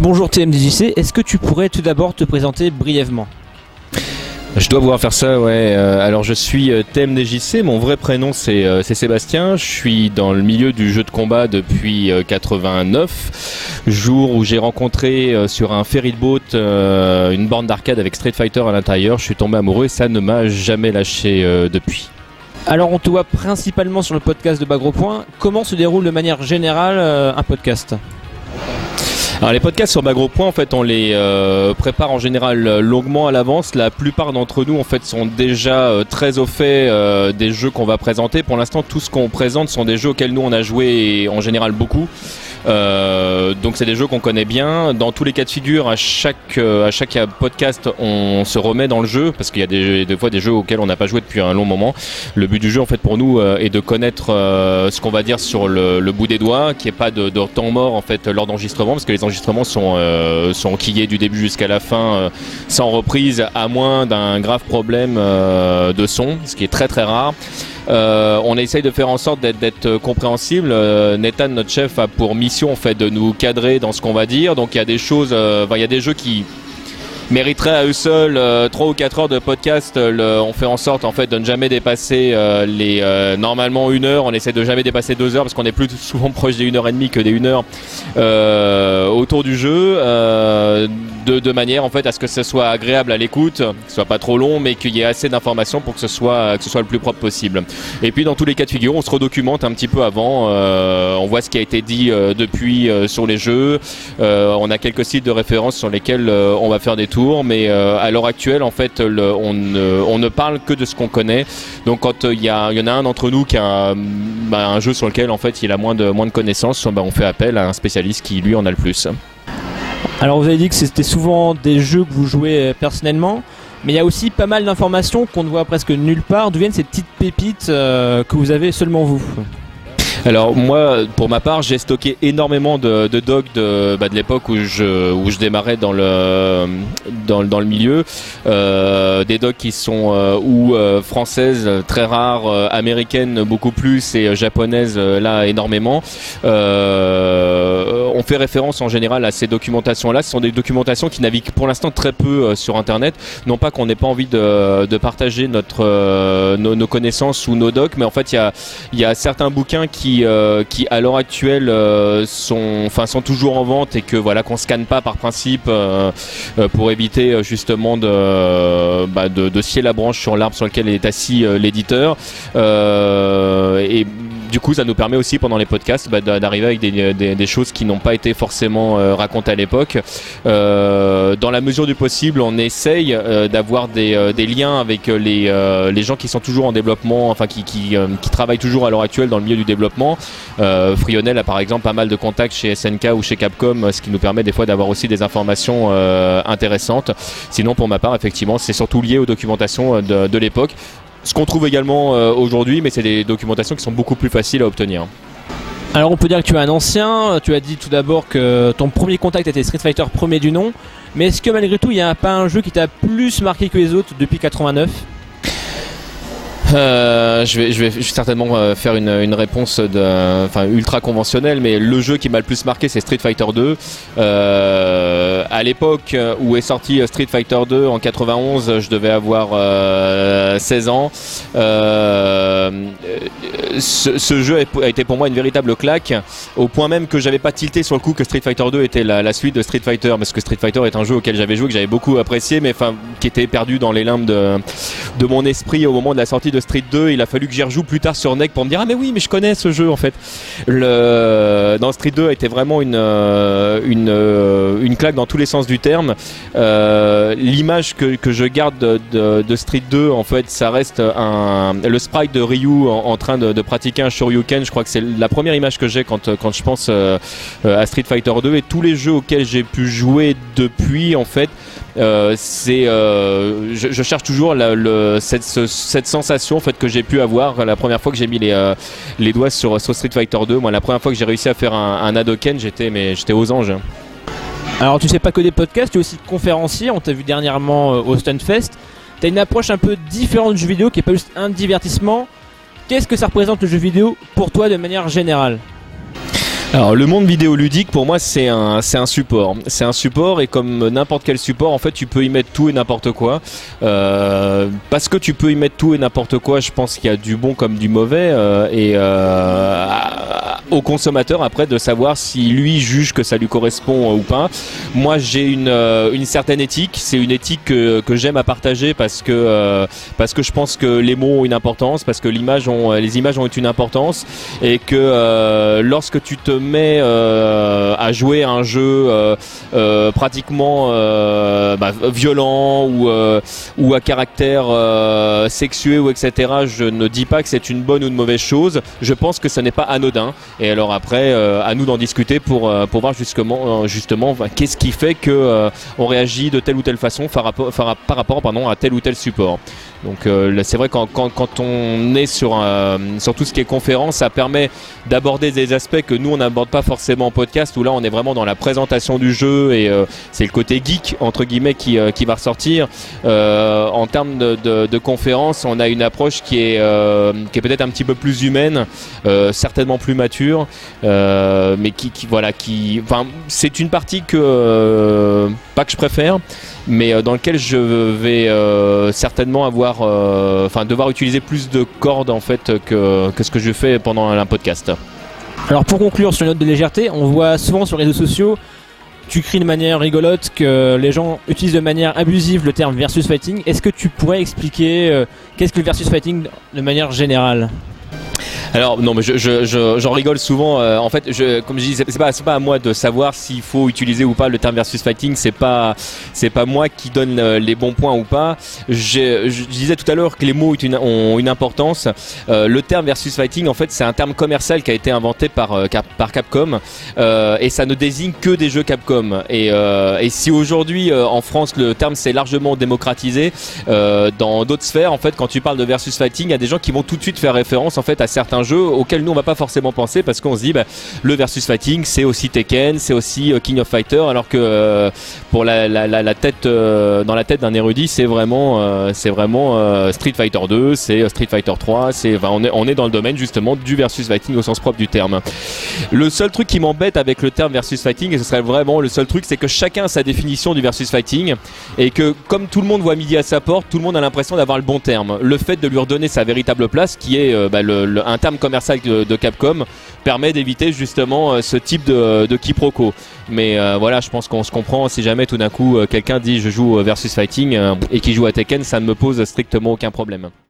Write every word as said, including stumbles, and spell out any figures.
Bonjour T M D J C, est-ce que tu pourrais tout d'abord te présenter brièvement ? Je dois pouvoir faire ça, ouais. Euh, alors je suis euh, T M D J C, mon vrai prénom c'est, euh, c'est Sébastien. Je suis dans le milieu du jeu de combat depuis euh, quatre-vingt-neuf, jour où j'ai rencontré euh, sur un ferry boat euh, une borne d'arcade avec Street Fighter à l'intérieur. Je suis tombé amoureux et ça ne m'a jamais lâché euh, depuis. Alors on te voit principalement sur le podcast de Bas Gros Point. Comment se déroule de manière générale euh, un podcast ? Alors les podcasts sur Bas Gros Point, en fait, on les euh, prépare en général euh, longuement à l'avance. La plupart d'entre nous, en fait, sont déjà euh, très au fait euh, des jeux qu'on va présenter. Pour l'instant, tout ce qu'on présente sont des jeux auxquels nous on a joué et, en général beaucoup. Euh, donc c'est des jeux qu'on connaît bien. Dans tous les cas de figure, à chaque euh, à chaque podcast, on se remet dans le jeu parce qu'il y a des, des fois des jeux auxquels on n'a pas joué depuis un long moment. Le but du jeu, en fait, pour nous, euh, est de connaître euh, ce qu'on va dire sur le, le bout des doigts, qu'il n'y ait pas de, de temps mort en fait lors d'enregistrement, parce que les enregistrements sont euh, sont enquillés du début jusqu'à la fin, euh, sans reprise, à moins d'un grave problème euh, de son, ce qui est très très rare. Euh, on essaye de faire en sorte d'être, d'être compréhensible. Euh, Nathan, notre chef, a pour mission en fait de nous cadrer dans ce qu'on va dire. Donc il y a des choses, euh, il y a des jeux qui mériteraient à eux seuls euh, trois ou quatre heures de podcast. Le, on fait en sorte en fait de ne jamais dépasser euh, les euh, normalement une heure. On essaie de jamais dépasser deux heures parce qu'on est plus souvent proche des une heure et demie que des une heure euh, autour du jeu. Euh, De, de manière en fait à ce que ce soit agréable à l'écoute, que ce soit pas trop long, mais qu'il y ait assez d'informations pour que ce soit que ce soit le plus propre possible. Et puis dans tous les cas de figure, on se redocumente un petit peu avant, euh, on voit ce qui a été dit euh, depuis euh, sur les jeux. Euh, on a quelques sites de référence sur lesquels euh, on va faire des tours, mais euh, à l'heure actuelle, en fait, le, on, ne, on ne parle que de ce qu'on connaît. Donc quand il euh, y, y en a un d'entre nous qui a un, bah, un jeu sur lequel en fait il a moins de moins de connaissances, bah, on fait appel à un spécialiste qui lui en a le plus. Alors vous avez dit que c'était souvent des jeux que vous jouez personnellement, mais il y a aussi pas mal d'informations qu'on ne voit presque nulle part. D'où viennent ces petites pépites euh, que vous avez seulement vous ? Alors moi, pour ma part, j'ai stocké énormément de, de docs de, bah, de l'époque où je, où je démarrais dans le, dans, dans le milieu. Euh, des docs qui sont euh, ou euh, françaises, très rares, euh, américaines beaucoup plus et euh, japonaises euh, là énormément. Euh, on fait référence en général à ces documentations-là. Ce sont des documentations qui naviguent pour l'instant très peu euh, sur Internet. Non pas qu'on n'ait pas envie de, de partager notre, euh, nos, nos connaissances ou nos docs, mais en fait il y a, y a certains bouquins qui Qui, euh, qui à l'heure actuelle euh, sont, enfin, sont toujours en vente et que voilà qu'on scanne pas par principe euh, euh, pour éviter euh, justement de, euh, bah, de, de scier la branche sur l'arbre sur lequel est assis euh, l'éditeur. Euh, et du coup, ça nous permet aussi pendant les podcasts bah, d'arriver avec des, des, des choses qui n'ont pas été forcément euh, racontées à l'époque. Euh, dans la mesure du possible, on essaye euh, d'avoir des, euh, des liens avec les, euh, les gens qui sont toujours en développement, enfin qui, qui, euh, qui travaillent toujours à l'heure actuelle dans le milieu du développement. Euh, Frionel a par exemple pas mal de contacts chez S N K ou chez Capcom, ce qui nous permet des fois d'avoir aussi des informations euh, intéressantes. Sinon, pour ma part, effectivement, c'est surtout lié aux documentations de, de l'époque. Ce qu'on trouve également euh, aujourd'hui, mais c'est des documentations qui sont beaucoup plus faciles à obtenir. Alors on peut dire que tu es un ancien, tu as dit tout d'abord que ton premier contact était Street Fighter premier du nom, mais est-ce que malgré tout il n'y a pas un jeu qui t'a plus marqué que les autres depuis quatre-vingt-neuf ? Euh, je, vais, je, vais, je vais certainement euh, faire une, une réponse de, enfin, ultra conventionnelle, mais le jeu qui m'a le plus marqué, c'est Street Fighter deux. Euh, à l'époque où est sorti Street Fighter deux en quatre-vingt-onze, je devais avoir euh, seize ans. Euh, ce, ce jeu a été pour moi une véritable claque, au point même que j'avais pas tilté sur le coup que Street Fighter deux était la, la suite de Street Fighter, parce que Street Fighter est un jeu auquel j'avais joué, que j'avais beaucoup apprécié, mais enfin, qui était perdu dans les limbes de, de mon esprit au moment de la sortie de Street deux. Il a fallu que j'y rejoue plus tard sur N E C pour me dire ah mais oui mais je connais ce jeu en fait. Le, dans Street deux a été vraiment une, une, une claque dans tous les sens du terme. Euh, l'image que, que je garde de, de, de Street deux en fait, ça reste un, le sprite de Ryu en, en train de, de pratiquer un Shoryuken. Je crois que c'est la première image que j'ai quand, quand je pense euh, à Street Fighter deux, et tous les jeux auxquels j'ai pu jouer depuis en fait. Euh, c'est, euh, je, je cherche toujours la, le, cette, ce, cette sensation en fait, que j'ai pu avoir la première fois que j'ai mis les, euh, les doigts sur, sur Street Fighter deux. Moi, la première fois que j'ai réussi à faire un, un Hadoken, j'étais, mais, j'étais aux anges. Alors, tu sais pas que des podcasts, tu es aussi conférencier. On t'a vu dernièrement euh, au Stunfest. Tu as une approche un peu différente du jeu vidéo qui est pas juste un divertissement. Qu'est-ce que ça représente le jeu vidéo pour toi de manière générale ? Alors le monde vidéoludique pour moi c'est un c'est un support, c'est un support et comme n'importe quel support en fait tu peux y mettre tout et n'importe quoi. Euh, parce que tu peux y mettre tout et n'importe quoi, je pense qu'il y a du bon comme du mauvais euh, et euh, au consommateur après de savoir si lui juge que ça lui correspond ou pas. Moi j'ai une euh, une certaine éthique, c'est une éthique que, que j'aime à partager parce que euh, parce que je pense que les mots ont une importance, parce que l'image ont les images ont une importance et que euh, lorsque tu te mets euh, à jouer à un jeu euh, euh, pratiquement euh, bah, violent ou euh, ou à caractère euh, sexué ou et cetera. Je ne dis pas que c'est une bonne ou une mauvaise chose. Je pense que ce n'est pas anodin. Et alors après, euh, à nous d'en discuter pour euh, pour voir justement justement bah, qu'est-ce qui fait que euh, on réagit de telle ou telle façon par rapport par, par rapport pardon à tel ou tel support. Donc euh, là, c'est vrai quand, quand, quand on est sur, euh, sur tout ce qui est conférence, ça permet d'aborder des aspects que nous on n'aborde pas forcément en podcast, où là on est vraiment dans la présentation du jeu et euh, c'est le côté geek entre guillemets qui, euh, qui va ressortir. Euh, en termes de, de, de conférence, on a une approche qui est, euh, qui est peut-être un petit peu plus humaine, euh, certainement plus mature, euh, mais qui, qui voilà, qui, enfin c'est une partie que euh, pas que je préfère, mais dans lequel je vais euh, certainement avoir, euh, enfin devoir utiliser plus de cordes en fait que, que ce que je fais pendant un podcast. Alors pour conclure sur une note de légèreté, on voit souvent sur les réseaux sociaux, tu cries de manière rigolote que les gens utilisent de manière abusive le terme versus fighting. Est-ce que tu pourrais expliquer euh, qu'est-ce que le versus fighting de manière générale ? Alors non mais je, je, je, j'en rigole souvent. Euh, en fait, je, comme je dis, c'est, c'est pas c'est pas à moi de savoir s'il faut utiliser ou pas le terme versus fighting. C'est pas c'est pas moi qui donne euh, les bons points ou pas. Je, je disais tout à l'heure que les mots ont une, ont une importance. Euh, le terme versus fighting, en fait, c'est un terme commercial qui a été inventé par euh, Cap, par Capcom euh, et ça ne désigne que des jeux Capcom. Et, euh, et si aujourd'hui euh, en France le terme s'est largement démocratisé, euh, dans d'autres sphères, en fait, quand tu parles de versus fighting, il y a des gens qui vont tout de suite faire référence en fait à certains jeu auquel nous on va pas forcément penser parce qu'on se dit bah, le versus fighting c'est aussi Tekken, c'est aussi euh, King of Fighter, alors que euh, pour la, la, la, la tête euh, dans la tête d'un érudit c'est vraiment euh, c'est vraiment euh, Street Fighter deux, c'est Street Fighter trois, c'est enfin, on est on est dans le domaine justement du versus fighting au sens propre du terme. Le seul truc qui m'embête avec le terme versus fighting, et ce serait vraiment le seul truc, c'est que chacun a sa définition du versus fighting et que comme tout le monde voit midi à sa porte, tout le monde a l'impression d'avoir le bon terme. Le fait de lui redonner sa véritable place qui est euh, bah, le, le, un terme commercial de, de Capcom permet d'éviter justement euh, ce type de, de quiproquo. Mais euh, voilà, je pense qu'on se comprend. Si jamais tout d'un coup euh, quelqu'un dit je joue versus fighting euh, et qui joue à Tekken, ça ne me pose strictement aucun problème.